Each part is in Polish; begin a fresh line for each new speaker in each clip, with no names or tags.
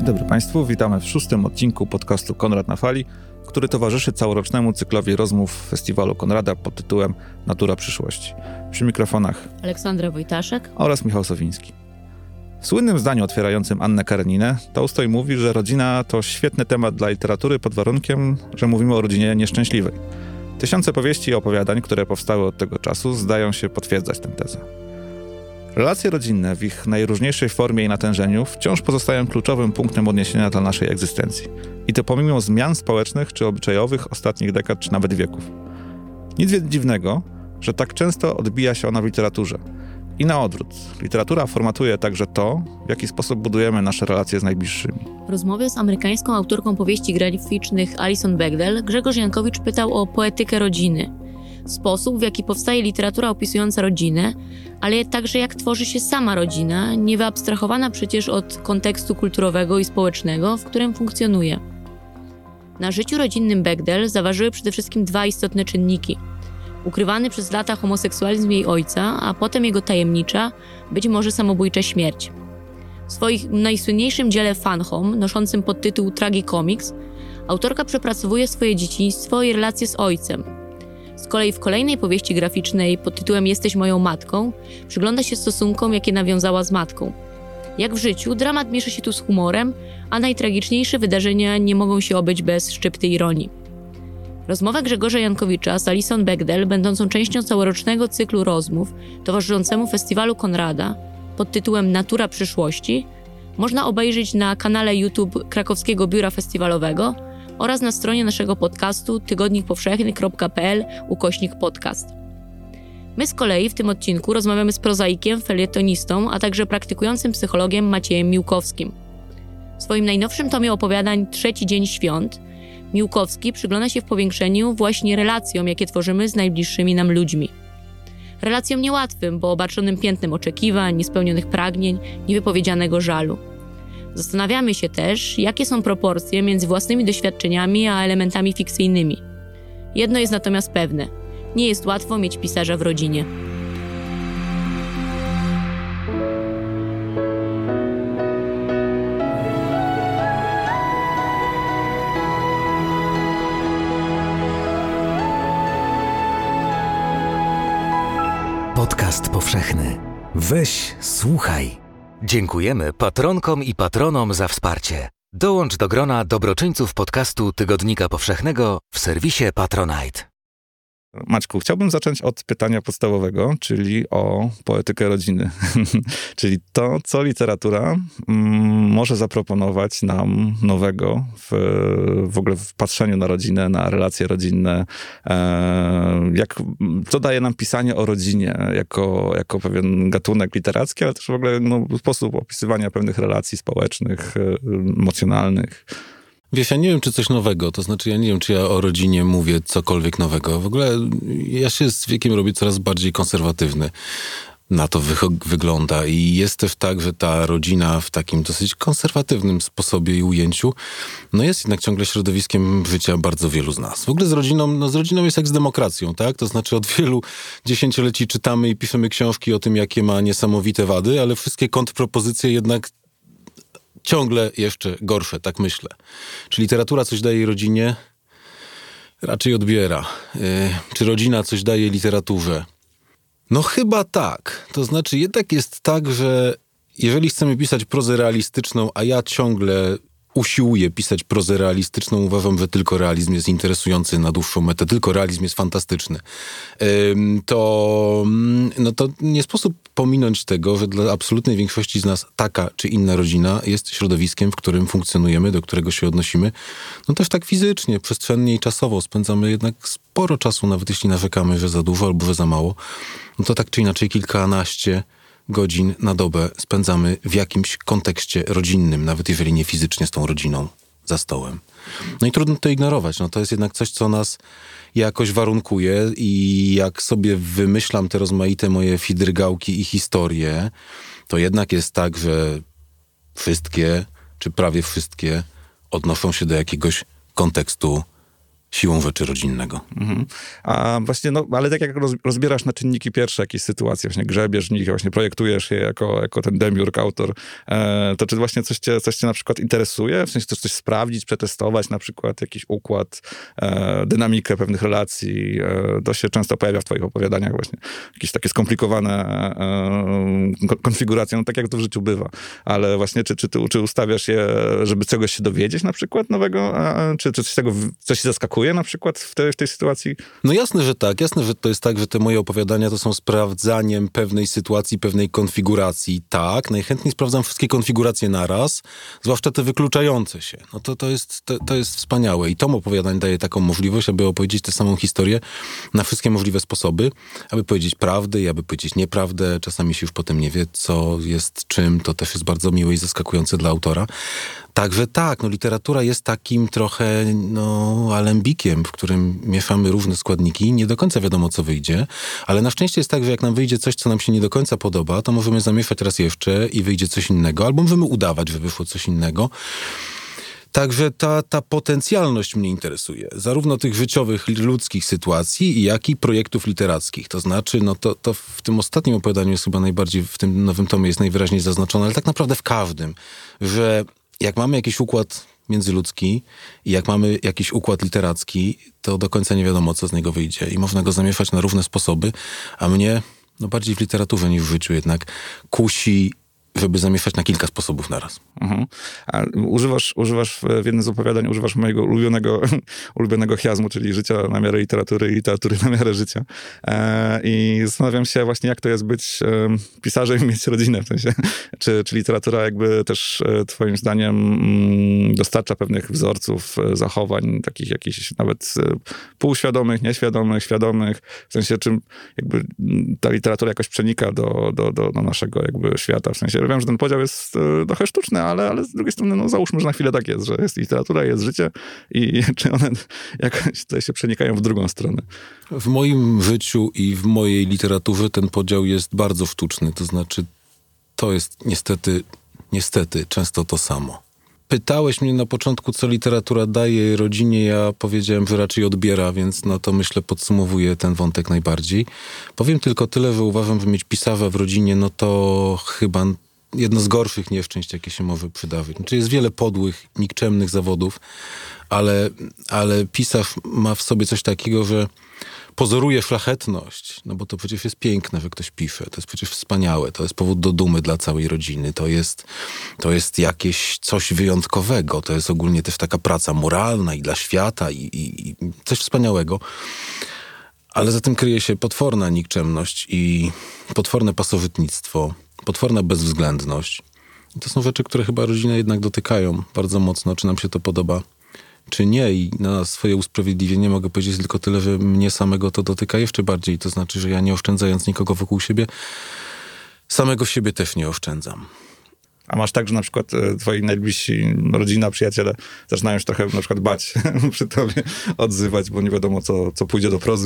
Dzień dobry Państwu, witamy w 6. odcinku podcastu Konrad na Fali, który towarzyszy całorocznemu cyklowi rozmów Festiwalu Konrada pod tytułem Natura przyszłości. Przy mikrofonach
Aleksandra Wojtaszek
oraz Michał Sowiński. W słynnym zdaniu otwierającym Annę Kareninę Tolstoj mówi, że rodzina to świetny temat dla literatury pod warunkiem, że mówimy o rodzinie nieszczęśliwej. Tysiące powieści i opowiadań, które powstały od tego czasu, zdają się potwierdzać tę tezę. Relacje rodzinne w ich najróżniejszej formie i natężeniu wciąż pozostają kluczowym punktem odniesienia dla naszej egzystencji. I to pomimo zmian społecznych czy obyczajowych ostatnich dekad czy nawet wieków. Nic więc dziwnego, że tak często odbija się ona w literaturze. I na odwrót. Literatura formatuje także to, w jaki sposób budujemy nasze relacje z najbliższymi.
W rozmowie z amerykańską autorką powieści graficznych Alison Bechdel Grzegorz Jankowicz pytał o poetykę rodziny. Sposób, w jaki powstaje literatura opisująca rodzinę, ale także jak tworzy się sama rodzina, nie wyabstrahowana przecież od kontekstu kulturowego i społecznego, w którym funkcjonuje. Na życiu rodzinnym Bechdel zaważyły przede wszystkim dwa istotne czynniki. Ukrywany przez lata homoseksualizm jej ojca, a potem jego tajemnicza, być może samobójcza śmierć. W swoim najsłynniejszym dziele Fun Home, noszącym podtytuł Tragicomics, autorka przepracowuje swoje dzieciństwo i relacje z ojcem. Z kolei w kolejnej powieści graficznej pod tytułem Jesteś moją matką przygląda się stosunkom, jakie nawiązała z matką. Jak w życiu, dramat miesza się tu z humorem, a najtragiczniejsze wydarzenia nie mogą się obyć bez szczypty ironii. Rozmowę Grzegorza Jankowicza z Alison Bechdel, będącą częścią całorocznego cyklu rozmów towarzyszącemu Festiwalu Konrada pod tytułem Natura przyszłości, można obejrzeć na kanale YouTube Krakowskiego Biura Festiwalowego oraz na stronie naszego podcastu tygodnikpowszechny.pl/podcast. My z kolei w tym odcinku rozmawiamy z prozaikiem, felietonistą, a także praktykującym psychologiem Maciejem Miłkowskim. W swoim najnowszym tomie opowiadań Trzeci dzień świąt Miłkowski przygląda się w powiększeniu właśnie relacjom, jakie tworzymy z najbliższymi nam ludźmi. Relacjom niełatwym, bo obarczonym piętnem oczekiwań, niespełnionych pragnień, niewypowiedzianego żalu. Zastanawiamy się też, jakie są proporcje między własnymi doświadczeniami a elementami fikcyjnymi. Jedno jest natomiast pewne. Nie jest łatwo mieć pisarza w rodzinie.
Podcast powszechny. Weź, słuchaj. Dziękujemy patronkom i patronom za wsparcie. Dołącz do grona dobroczyńców podcastu Tygodnika Powszechnego w serwisie Patronite.
Maćku, chciałbym zacząć od pytania podstawowego, czyli o poetykę rodziny. Czyli co literatura może zaproponować nam nowego w ogóle w patrzeniu na rodzinę, na relacje rodzinne. Co daje nam pisanie o rodzinie jako pewien gatunek literacki, ale też w ogóle sposób opisywania pewnych relacji społecznych, emocjonalnych.
Wiesz, ja nie wiem, czy coś nowego, to znaczy ja nie wiem, czy ja o rodzinie mówię cokolwiek nowego. W ogóle ja się z wiekiem robię coraz bardziej konserwatywny. Na to wygląda i jest też tak, że ta rodzina w takim dosyć konserwatywnym sposobie i ujęciu, jest jednak ciągle środowiskiem życia bardzo wielu z nas. W ogóle z rodziną jest jak z demokracją, tak? To znaczy od wielu dziesięcioleci czytamy i piszemy książki o tym, jakie ma niesamowite wady, ale wszystkie kontrpropozycje jednak ciągle jeszcze gorsze, tak myślę. Czy literatura coś daje rodzinie? Raczej odbiera. Czy rodzina coś daje literaturze? Chyba tak. To znaczy jednak jest tak, że jeżeli chcemy pisać prozę realistyczną, a ja ciągle usiłuję pisać prozę realistyczną, uważam, że tylko realizm jest interesujący na dłuższą metę, tylko realizm jest fantastyczny, to nie sposób pominąć tego, że dla absolutnej większości z nas taka czy inna rodzina jest środowiskiem, w którym funkcjonujemy, do którego się odnosimy. Też tak fizycznie, przestrzennie i czasowo spędzamy jednak sporo czasu, nawet jeśli narzekamy, że za dużo albo że za mało, to tak czy inaczej kilkanaście godzin na dobę spędzamy w jakimś kontekście rodzinnym, nawet jeżeli nie fizycznie z tą rodziną za stołem. I trudno to ignorować. To jest jednak coś, co nas jakoś warunkuje i jak sobie wymyślam te rozmaite moje fidrygałki i historie, to jednak jest tak, że wszystkie, czy prawie wszystkie odnoszą się do jakiegoś kontekstu siłą rzeczy rodzinnego.
A właśnie, no, ale tak jak rozbierasz na czynniki pierwsze jakieś sytuacje, właśnie grzebiesz w nich, właśnie projektujesz je jako ten demiurg, autor, to czy właśnie coś cię na przykład interesuje? W sensie też coś sprawdzić, przetestować, na przykład jakiś układ, dynamikę pewnych relacji. To się często pojawia w twoich opowiadaniach właśnie. Jakieś takie skomplikowane konfiguracje, no tak jak to w życiu bywa. Ale właśnie, czy ustawiasz je, żeby czegoś się dowiedzieć na przykład nowego? Czy coś się zaskakuje na przykład w tej sytuacji?
No jasne, że tak. Jasne, że to jest tak, że te moje opowiadania to są sprawdzaniem pewnej sytuacji, pewnej konfiguracji. Tak, najchętniej sprawdzam wszystkie konfiguracje naraz, zwłaszcza te wykluczające się. No to jest wspaniałe i tom opowiadań daje taką możliwość, aby opowiedzieć tę samą historię na wszystkie możliwe sposoby, aby powiedzieć prawdę i aby powiedzieć nieprawdę. Czasami się już potem nie wie, co jest czym. To też jest bardzo miłe i zaskakujące dla autora. Także tak, no literatura jest takim trochę alembikiem, w którym mieszamy różne składniki. Nie do końca wiadomo, co wyjdzie, ale na szczęście jest tak, że jak nam wyjdzie coś, co nam się nie do końca podoba, to możemy zamieszać raz jeszcze i wyjdzie coś innego, albo możemy udawać, że wyszło coś innego. Także ta potencjalność mnie interesuje. Zarówno tych życiowych, ludzkich sytuacji, jak i projektów literackich. To znaczy, to w tym ostatnim opowiadaniu jest chyba najbardziej, w tym nowym tomie jest najwyraźniej zaznaczone, ale tak naprawdę w każdym, że jak mamy jakiś układ międzyludzki i jak mamy jakiś układ literacki, to do końca nie wiadomo, co z niego wyjdzie. I można go zamieszać na różne sposoby, a mnie bardziej w literaturze niż w życiu jednak kusi, żeby zamieszać na kilka sposobów naraz.
A używasz w jednym z opowiadań, używasz mojego ulubionego chiazmu, czyli życia na miarę literatury i literatury na miarę życia. I zastanawiam się właśnie, jak to jest być pisarzem i mieć rodzinę. W sensie, czy literatura jakby też twoim zdaniem dostarcza pewnych wzorców, zachowań, takich jakichś nawet półświadomych, nieświadomych, świadomych. W sensie, czym jakby ta literatura jakoś przenika do naszego jakby świata. W sensie, wiem, że ten podział jest trochę sztuczny, ale z drugiej strony, załóżmy, że na chwilę tak jest, że jest literatura, jest życie i czy one jakoś tutaj się przenikają w drugą stronę.
W moim życiu i w mojej literaturze ten podział jest bardzo sztuczny. To znaczy, to jest niestety często to samo. Pytałeś mnie na początku, co literatura daje rodzinie. Ja powiedziałem, że raczej odbiera, więc to myślę podsumowuje ten wątek najbardziej. Powiem tylko tyle, że uważam, że mieć pisarza w rodzinie, to chyba jedno z gorszych nieszczęść, jakie się może przydarzyć. Znaczy jest wiele podłych, nikczemnych zawodów, ale pisarz ma w sobie coś takiego, że pozoruje szlachetność, bo to przecież jest piękne, że ktoś pisze. To jest przecież wspaniałe. To jest powód do dumy dla całej rodziny. To jest jakieś coś wyjątkowego. To jest ogólnie też taka praca moralna i dla świata i coś wspaniałego. Ale za tym kryje się potworna nikczemność i potworne pasożytnictwo, potworna bezwzględność. I to są rzeczy, które chyba rodzinę jednak dotykają bardzo mocno, czy nam się to podoba, czy nie. I na swoje usprawiedliwienie mogę powiedzieć tylko tyle, że mnie samego to dotyka jeszcze bardziej. To znaczy, że ja nie oszczędzając nikogo wokół siebie, samego siebie też nie oszczędzam.
A masz tak, że na przykład twoi najbliżsi, rodzina, przyjaciele zaczynają się trochę na przykład bać przy tobie, odzywać, bo nie wiadomo, co pójdzie do prozy.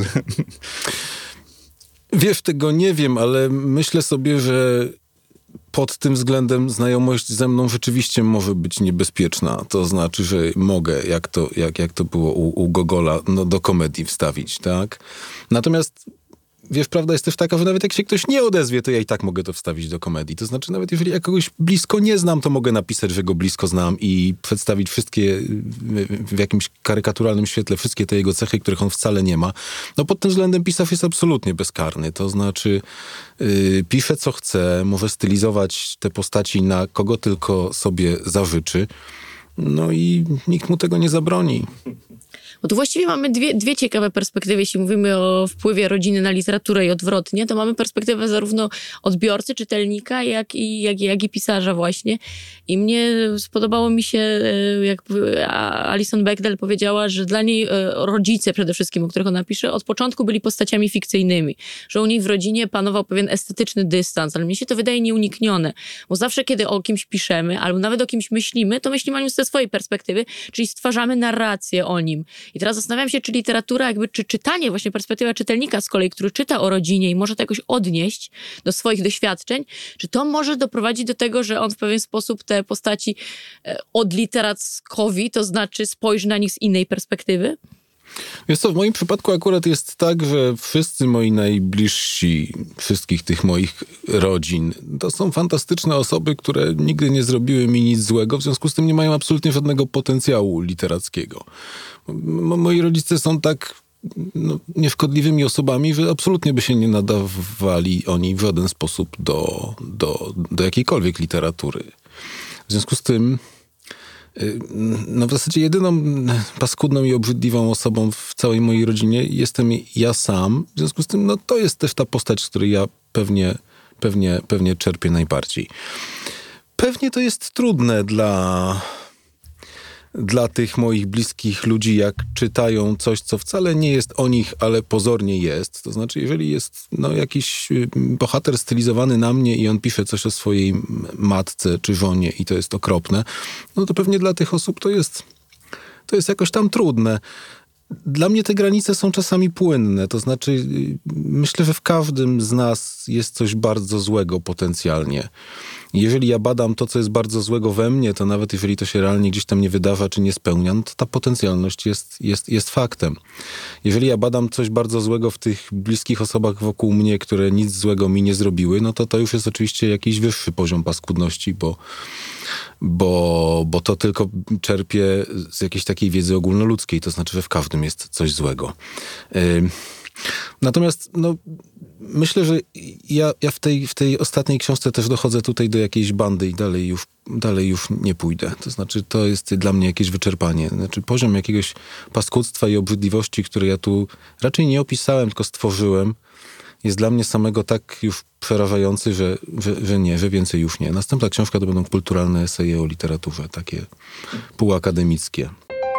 Wiesz, tego nie wiem, ale myślę sobie, że pod tym względem znajomość ze mną rzeczywiście może być niebezpieczna. To znaczy, że mogę, jak to było u Gogola, do komedii wstawić, tak? Natomiast wiesz, prawda jest też taka, że nawet jak się ktoś nie odezwie, to ja i tak mogę to wstawić do komedii. To znaczy, nawet jeżeli ja kogoś blisko nie znam, to mogę napisać, że go blisko znam i przedstawić wszystkie, w jakimś karykaturalnym świetle, wszystkie te jego cechy, których on wcale nie ma. Pod tym względem pisarz jest absolutnie bezkarny. To znaczy, pisze co chce, może stylizować te postaci na kogo tylko sobie zażyczy. I nikt mu tego nie zabroni.
Bo tu właściwie mamy dwie ciekawe perspektywy, jeśli mówimy o wpływie rodziny na literaturę i odwrotnie, to mamy perspektywę zarówno odbiorcy, czytelnika, jak i pisarza właśnie. I mnie spodobało mi się, jak Alison Bechdel powiedziała, że dla niej rodzice przede wszystkim, o których ona pisze, od początku byli postaciami fikcyjnymi. Że u niej w rodzinie panował pewien estetyczny dystans, ale mnie się to wydaje nieuniknione. Bo zawsze, kiedy o kimś piszemy, albo nawet o kimś myślimy, to myślimy o nim ze swojej perspektywy, czyli stwarzamy narrację o nim. I teraz zastanawiam się, czy literatura, czy czytanie, właśnie perspektywa czytelnika z kolei, który czyta o rodzinie i może to jakoś odnieść do swoich doświadczeń, czy to może doprowadzić do tego, że on w pewien sposób te postaci odliterackowi, to znaczy spojrzy na nich z innej perspektywy?
Wiesz co, w moim przypadku akurat jest tak, że wszyscy moi najbliżsi, wszystkich tych moich rodzin, to są fantastyczne osoby, które nigdy nie zrobiły mi nic złego, w związku z tym nie mają absolutnie żadnego potencjału literackiego. Moi rodzice są tak nieszkodliwymi osobami, że absolutnie by się nie nadawali oni w żaden sposób do jakiejkolwiek literatury. W związku z tym w zasadzie jedyną paskudną i obrzydliwą osobą w całej mojej rodzinie jestem ja sam. W związku z tym to jest też ta postać, z której ja pewnie czerpię najbardziej. Pewnie to jest trudne dla tych moich bliskich ludzi, jak czytają coś, co wcale nie jest o nich, ale pozornie jest. To znaczy, jeżeli jest jakiś bohater stylizowany na mnie i on pisze coś o swojej matce czy żonie i to jest okropne, to pewnie dla tych osób to jest jakoś tam trudne. Dla mnie te granice są czasami płynne, to znaczy myślę, że w każdym z nas jest coś bardzo złego potencjalnie. Jeżeli ja badam to, co jest bardzo złego we mnie, to nawet jeżeli to się realnie gdzieś tam nie wydarza czy nie spełnia, to ta potencjalność jest faktem. Jeżeli ja badam coś bardzo złego w tych bliskich osobach wokół mnie, które nic złego mi nie zrobiły, to już jest oczywiście jakiś wyższy poziom paskudności, bo to tylko czerpie z jakiejś takiej wiedzy ogólnoludzkiej, to znaczy, że w każdym jest coś złego. Natomiast myślę, że ja w tej ostatniej książce też dochodzę tutaj do jakiejś bandy i dalej już nie pójdę. To znaczy, to jest dla mnie jakieś wyczerpanie. Znaczy, poziom jakiegoś paskudztwa i obrzydliwości, które ja tu raczej nie opisałem, tylko stworzyłem, jest dla mnie samego tak już przerażający, że więcej już nie. Następna książka to będą kulturalne eseje o literaturze, takie półakademickie.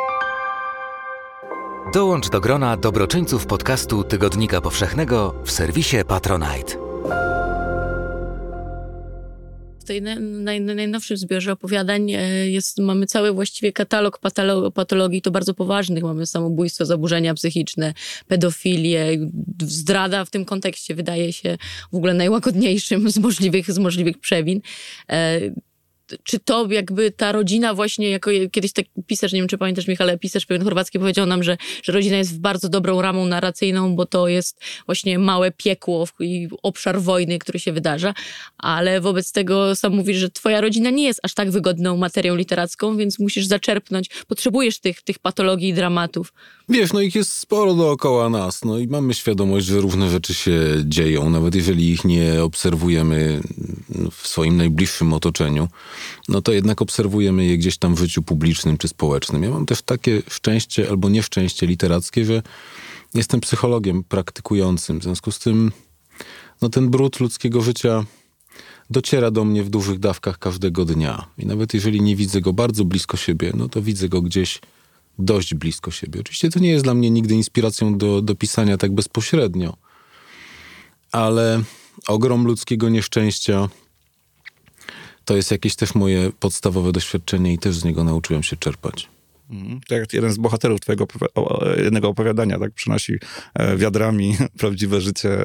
Dołącz do grona dobroczyńców podcastu Tygodnika Powszechnego w serwisie Patronite.
W tej najnowszym zbiorze opowiadań mamy cały właściwie katalog patologii, to bardzo poważnych. Mamy samobójstwo, zaburzenia psychiczne, pedofilię, zdrada w tym kontekście wydaje się w ogóle najłagodniejszym z możliwych przewin. Czy to jakby ta rodzina właśnie, jako kiedyś tak pisarz, nie wiem czy pamiętasz Michał, ale pisarz pewien chorwacki powiedział nam, że rodzina jest bardzo dobrą ramą narracyjną, bo to jest właśnie małe piekło i obszar wojny, który się wydarza, ale wobec tego sam mówisz, że twoja rodzina nie jest aż tak wygodną materią literacką, więc musisz zaczerpnąć, potrzebujesz tych patologii i dramatów.
Wiesz, ich jest sporo dookoła nas, i mamy świadomość, że różne rzeczy się dzieją, nawet jeżeli ich nie obserwujemy w swoim najbliższym otoczeniu, to jednak obserwujemy je gdzieś tam w życiu publicznym czy społecznym. Ja mam też takie szczęście albo nieszczęście literackie, że jestem psychologiem praktykującym. W związku z tym ten brud ludzkiego życia dociera do mnie w dużych dawkach każdego dnia. I nawet jeżeli nie widzę go bardzo blisko siebie, to widzę go gdzieś dość blisko siebie. Oczywiście to nie jest dla mnie nigdy inspiracją do pisania tak bezpośrednio, ale ogrom ludzkiego nieszczęścia to jest jakieś też moje podstawowe doświadczenie i też z niego nauczyłem się czerpać.
To jak jeden z bohaterów twojego jednego opowiadania, tak, przynosi wiadrami prawdziwe życie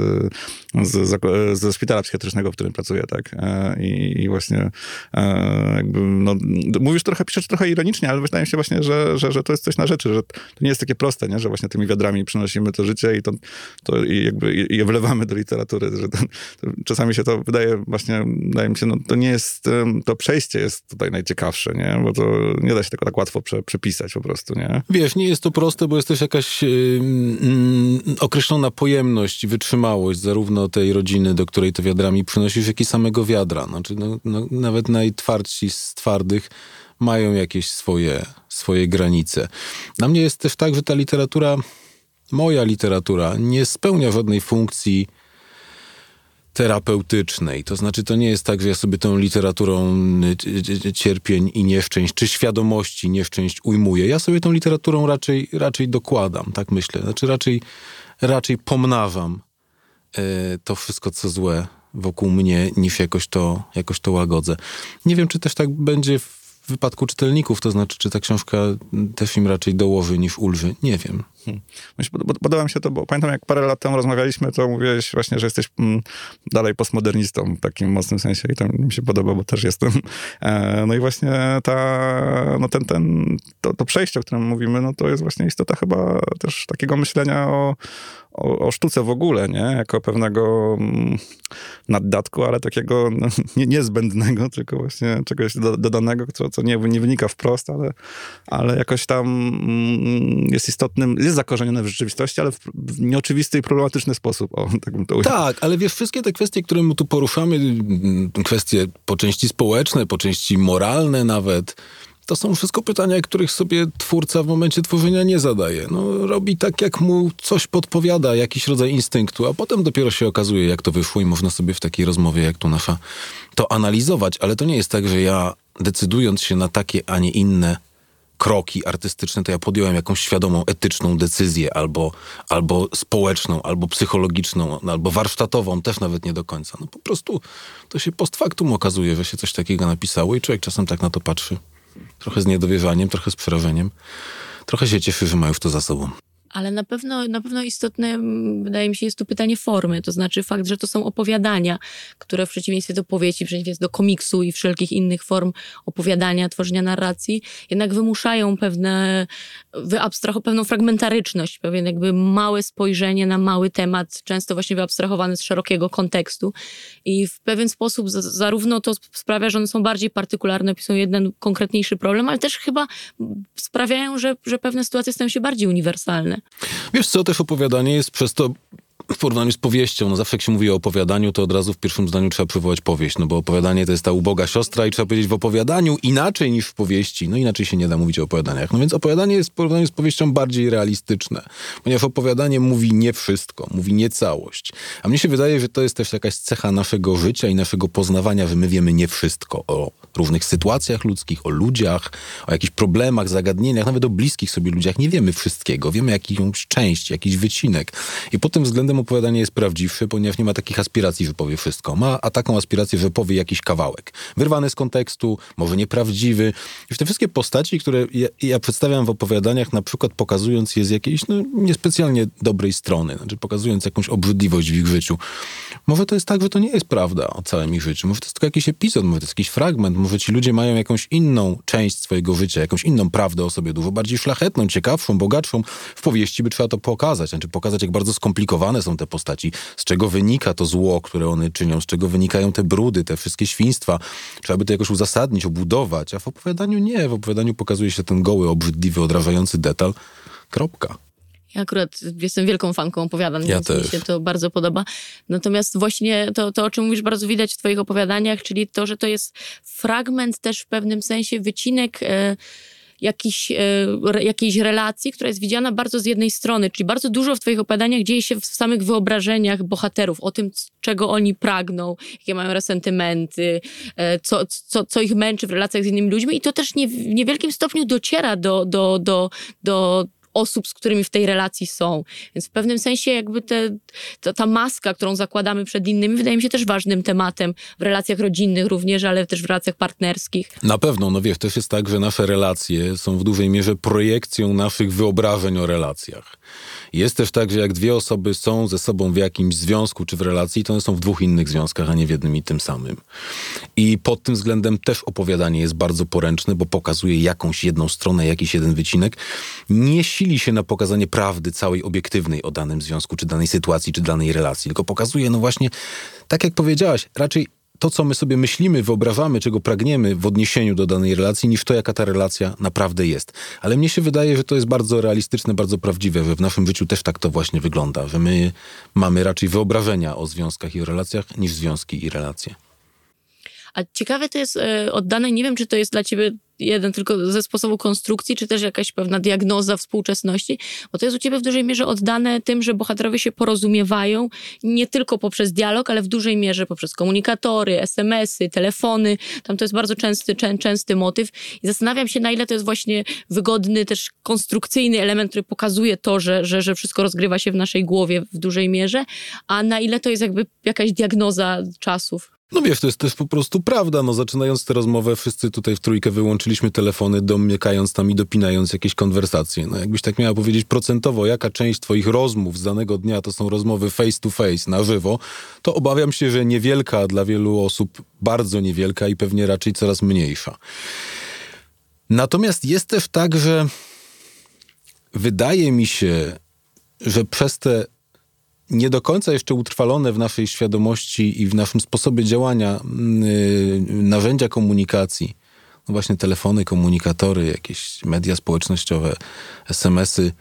ze szpitala psychiatrycznego, w którym pracuje, tak. I właśnie jakby, piszesz trochę ironicznie, ale wydaje mi się właśnie, że to jest coś na rzeczy, że to nie jest takie proste, nie? Że właśnie tymi wiadrami przynosimy to życie i je wlewamy do literatury, że czasami się to wydaje mi się, to nie jest, to przejście jest tutaj najciekawsze, nie? Bo to nie da się tego tak łatwo przepisać po prostu, nie?
Wiesz, nie jest to proste, bo jest też jakaś określona pojemność i wytrzymałość zarówno tej rodziny, do której to wiadrami przynosisz, jak i samego wiadra. Znaczy, nawet najtwardsi z twardych mają jakieś swoje granice. Dla mnie jest też tak, że ta moja literatura nie spełnia żadnej funkcji terapeutycznej. To znaczy, to nie jest tak, że ja sobie tą literaturą cierpień i nieszczęść, czy świadomości nieszczęść ujmuję. Ja sobie tą literaturą raczej dokładam, tak myślę. Znaczy, raczej pomnażam to wszystko, co złe wokół mnie, niż jakoś to łagodzę. Nie wiem, czy też tak będzie w wypadku czytelników, to znaczy, czy ta książka też im raczej dołoży niż ulży. Nie wiem.
Podoba mi się to, bo pamiętam, jak parę lat temu rozmawialiśmy, to mówiłeś właśnie, że jesteś dalej postmodernistą w takim mocnym sensie i to mi się podoba, bo też jestem. No i właśnie to przejście, o którym mówimy, no to jest właśnie istota chyba też takiego myślenia o sztuce w ogóle, nie? Jako pewnego naddatku, ale takiego niezbędnego, tylko właśnie czegoś dodanego, co nie wynika wprost, ale jakoś tam jest istotnym, jest zakorzenione w rzeczywistości, ale w nieoczywisty i problematyczny sposób. Tak bym to ujął.
Tak, ale wiesz, wszystkie te kwestie, które my tu poruszamy, kwestie po części społeczne, po części moralne nawet, to są wszystko pytania, których sobie twórca w momencie tworzenia nie zadaje. No, robi tak, jak mu coś podpowiada, jakiś rodzaj instynktu, a potem dopiero się okazuje, jak to wyszło i można sobie w takiej rozmowie, jak tu nasza, to analizować. Ale to nie jest tak, że ja decydując się na takie, a nie inne kroki artystyczne, to ja podjąłem jakąś świadomą, etyczną decyzję, albo społeczną, albo psychologiczną, albo warsztatową, też nawet nie do końca. No po prostu to się post factum okazuje, że się coś takiego napisało i człowiek czasem tak na to patrzy. Trochę z niedowierzaniem, trochę z przerażeniem. Trochę się cieszy, że ma już to za sobą.
Ale na pewno istotne, wydaje mi się, jest tu pytanie formy. To znaczy fakt, że to są opowiadania, które w przeciwieństwie do powieści, w przeciwieństwie do komiksu i wszelkich innych form opowiadania, tworzenia narracji, jednak wymuszają pewną fragmentaryczność, pewien jakby małe spojrzenie na mały temat, często właśnie wyabstrahowany z szerokiego kontekstu. I w pewien sposób zarówno to sprawia, że one są bardziej partykularne, opisują jeden konkretniejszy problem, ale też chyba sprawiają, że pewne sytuacje stają się bardziej uniwersalne.
Wiesz co, też opowiadanie jest przez to w porównaniu z powieścią. No zawsze jak się mówi o opowiadaniu, to od razu w pierwszym zdaniu trzeba przywołać powieść, no bo opowiadanie to jest ta uboga siostra i trzeba powiedzieć w opowiadaniu inaczej niż w powieści. No inaczej się nie da mówić o opowiadaniach. No więc opowiadanie jest w porównaniu z powieścią bardziej realistyczne, ponieważ opowiadanie mówi nie wszystko, mówi nie całość. A mnie się wydaje, że to jest też jakaś cecha naszego życia i naszego poznawania, że my wiemy nie wszystko o różnych sytuacjach ludzkich, o ludziach, o jakichś problemach, zagadnieniach, nawet o bliskich sobie ludziach. Nie wiemy wszystkiego. Wiemy jakąś część, jakiś wycinek. I pod tym względem opowiadanie jest prawdziwsze, ponieważ nie ma takich aspiracji, że powie wszystko. A taką aspirację, że powie jakiś kawałek. Wyrwany z kontekstu, może nieprawdziwy. I w te wszystkie postaci, które ja przedstawiam w opowiadaniach, na przykład pokazując je z jakiejś niespecjalnie dobrej strony, znaczy pokazując jakąś obrzydliwość w ich życiu. Może to jest tak, że to nie jest prawda o całym ich życiu. Może to jest tylko jakiś epizod, może to jest jakiś fragment, może ci ludzie mają jakąś inną część swojego życia, jakąś inną prawdę o sobie, dużo bardziej szlachetną, ciekawszą, bogatszą. W powieści by trzeba to pokazać, znaczy pokazać, jak bardzo skomplikowane są te postaci, z czego wynika to zło, które one czynią, z czego wynikają te brudy, te wszystkie świństwa. Trzeba by to jakoś uzasadnić, obudować, a w opowiadaniu nie. W opowiadaniu pokazuje się ten goły, obrzydliwy, odrażający detal. Kropka.
Ja akurat jestem wielką fanką opowiadań,
ja
więc
też.
mi się to bardzo podoba. Natomiast właśnie to, o czym mówisz, bardzo widać w twoich opowiadaniach, czyli to, że to jest fragment też w pewnym sensie, wycinek jakiejś relacji, która jest widziana bardzo z jednej strony, czyli bardzo dużo w twoich opowiadaniach dzieje się w samych wyobrażeniach bohaterów, o tym, czego oni pragną, jakie mają resentymenty, co ich męczy w relacjach z innymi ludźmi i to też w niewielkim stopniu dociera do osób, z którymi w tej relacji są. Więc w pewnym sensie jakby ta maska, którą zakładamy przed innymi, wydaje mi się też ważnym tematem w relacjach rodzinnych również, ale też w relacjach partnerskich.
Na pewno, no wiesz, też jest tak, że nasze relacje są w dużej mierze projekcją naszych wyobrażeń o relacjach. Jest też tak, że jak dwie osoby są ze sobą w jakimś związku czy w relacji, to one są w dwóch innych związkach, a nie w jednym i tym samym. I pod tym względem też opowiadanie jest bardzo poręczne, bo pokazuje jakąś jedną stronę, jakiś jeden wycinek. Nie sili się na pokazanie prawdy całej obiektywnej o danym związku, czy danej sytuacji, czy danej relacji, tylko pokazuje, no właśnie, tak jak powiedziałaś, raczej to, co my sobie myślimy, wyobrażamy, czego pragniemy w odniesieniu do danej relacji, niż to, jaka ta relacja naprawdę jest. Ale mnie się wydaje, że to jest bardzo realistyczne, bardzo prawdziwe, że w naszym życiu też tak to właśnie wygląda, że my mamy raczej wyobrażenia o związkach i o relacjach, niż związki i relacje.
A ciekawe to jest oddane, nie wiem, czy to jest dla ciebie jeden tylko ze sposobu konstrukcji, czy też jakaś pewna diagnoza współczesności, bo to jest u ciebie w dużej mierze oddane tym, że bohaterowie się porozumiewają nie tylko poprzez dialog, ale w dużej mierze poprzez komunikatory, SMS-y, telefony. Tam to jest bardzo częsty motyw i zastanawiam się, na ile to jest właśnie wygodny, też konstrukcyjny element, który pokazuje to, że wszystko rozgrywa się w naszej głowie w dużej mierze, a na ile to jest jakby jakaś diagnoza czasów.
No wiesz, to jest po prostu prawda. No, zaczynając tę rozmowę, wszyscy tutaj w trójkę wyłączyliśmy telefony, domykając tam i dopinając jakieś konwersacje. No jakbyś tak miała powiedzieć procentowo, jaka część twoich rozmów z danego dnia to są rozmowy face to face, na żywo, to obawiam się, że niewielka, a dla wielu osób bardzo niewielka i pewnie raczej coraz mniejsza. Natomiast jest też tak, że wydaje mi się, że przez te nie do końca jeszcze utrwalone w naszej świadomości i w naszym sposobie działania narzędzia komunikacji, no właśnie telefony, komunikatory, jakieś media społecznościowe, SMS-y,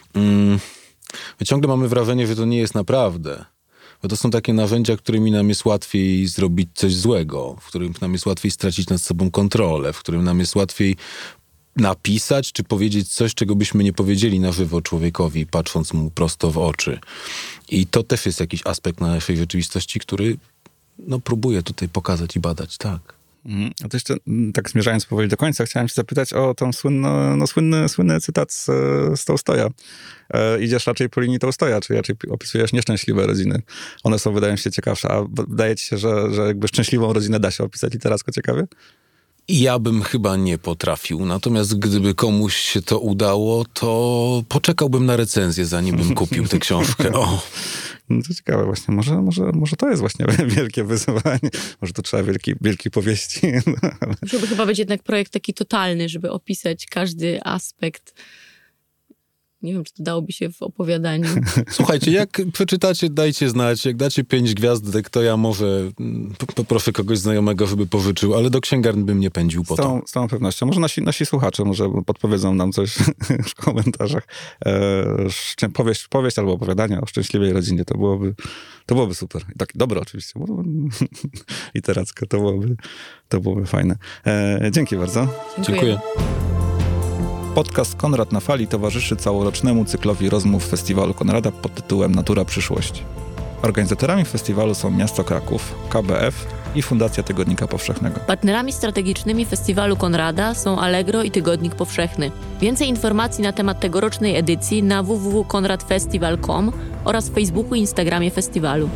my ciągle mamy wrażenie, że to nie jest naprawdę. Bo to są takie narzędzia, którymi nam jest łatwiej zrobić coś złego, w którym nam jest łatwiej stracić nad sobą kontrolę, w którym nam jest łatwiej napisać czy powiedzieć coś, czego byśmy nie powiedzieli na żywo człowiekowi, patrząc mu prosto w oczy. I to też jest jakiś aspekt naszej rzeczywistości, który próbuję tutaj pokazać i badać, tak.
A to jeszcze, tak zmierzając powoli do końca, chciałem cię zapytać o tą słynny cytat z Tołstoja. Idziesz raczej po linii Tołstoja, czy raczej opisujesz nieszczęśliwe rodziny? One są, wydają się, ciekawsze. A wydaje ci się, że jakby szczęśliwą rodzinę da się opisać literacko ciekawie?
Ja bym chyba nie potrafił, natomiast gdyby komuś się to udało, to poczekałbym na recenzję, zanim bym kupił tę książkę. O.
No to ciekawe właśnie, może to jest właśnie wielkie wyzwanie, może to trzeba wielkiej powieści.
Musiałby chyba być jednak projekt taki totalny, żeby opisać każdy aspekt. Nie wiem, czy to dałoby się w opowiadaniu.
Słuchajcie, jak przeczytacie, dajcie znać. Jak dacie 5 gwiazdek, to ja może poproszę kogoś znajomego, żeby pożyczył, ale do księgarni bym nie pędził po to.
Z całą pewnością. Może nasi słuchacze może podpowiedzą nam coś w komentarzach. Powieść albo opowiadanie o szczęśliwej rodzinie, to byłoby super. I tak dobre oczywiście. Literacko, to byłoby fajne. Dzięki bardzo.
Dziękuję.
Podcast Konrad na Fali towarzyszy całorocznemu cyklowi rozmów Festiwalu Konrada pod tytułem Natura Przyszłość. Organizatorami festiwalu są Miasto Kraków, KBF i Fundacja Tygodnika Powszechnego.
Partnerami strategicznymi Festiwalu Konrada są Allegro i Tygodnik Powszechny. Więcej informacji na temat tegorocznej edycji na www.konradfestival.com oraz w Facebooku i Instagramie festiwalu.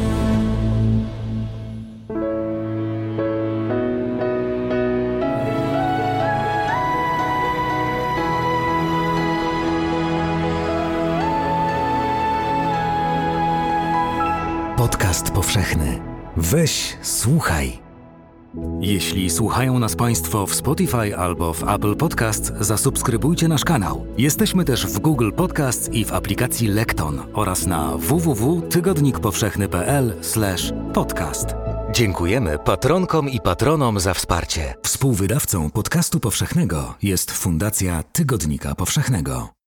Podcast powszechny. Weź, słuchaj. Jeśli słuchają nas Państwo w Spotify albo w Apple Podcasts, zasubskrybujcie nasz kanał. Jesteśmy też w Google Podcasts i w aplikacji Lekton oraz na www.tygodnikpowszechny.pl/podcast. Dziękujemy patronkom i patronom za wsparcie. Współwydawcą podcastu powszechnego jest Fundacja Tygodnika Powszechnego.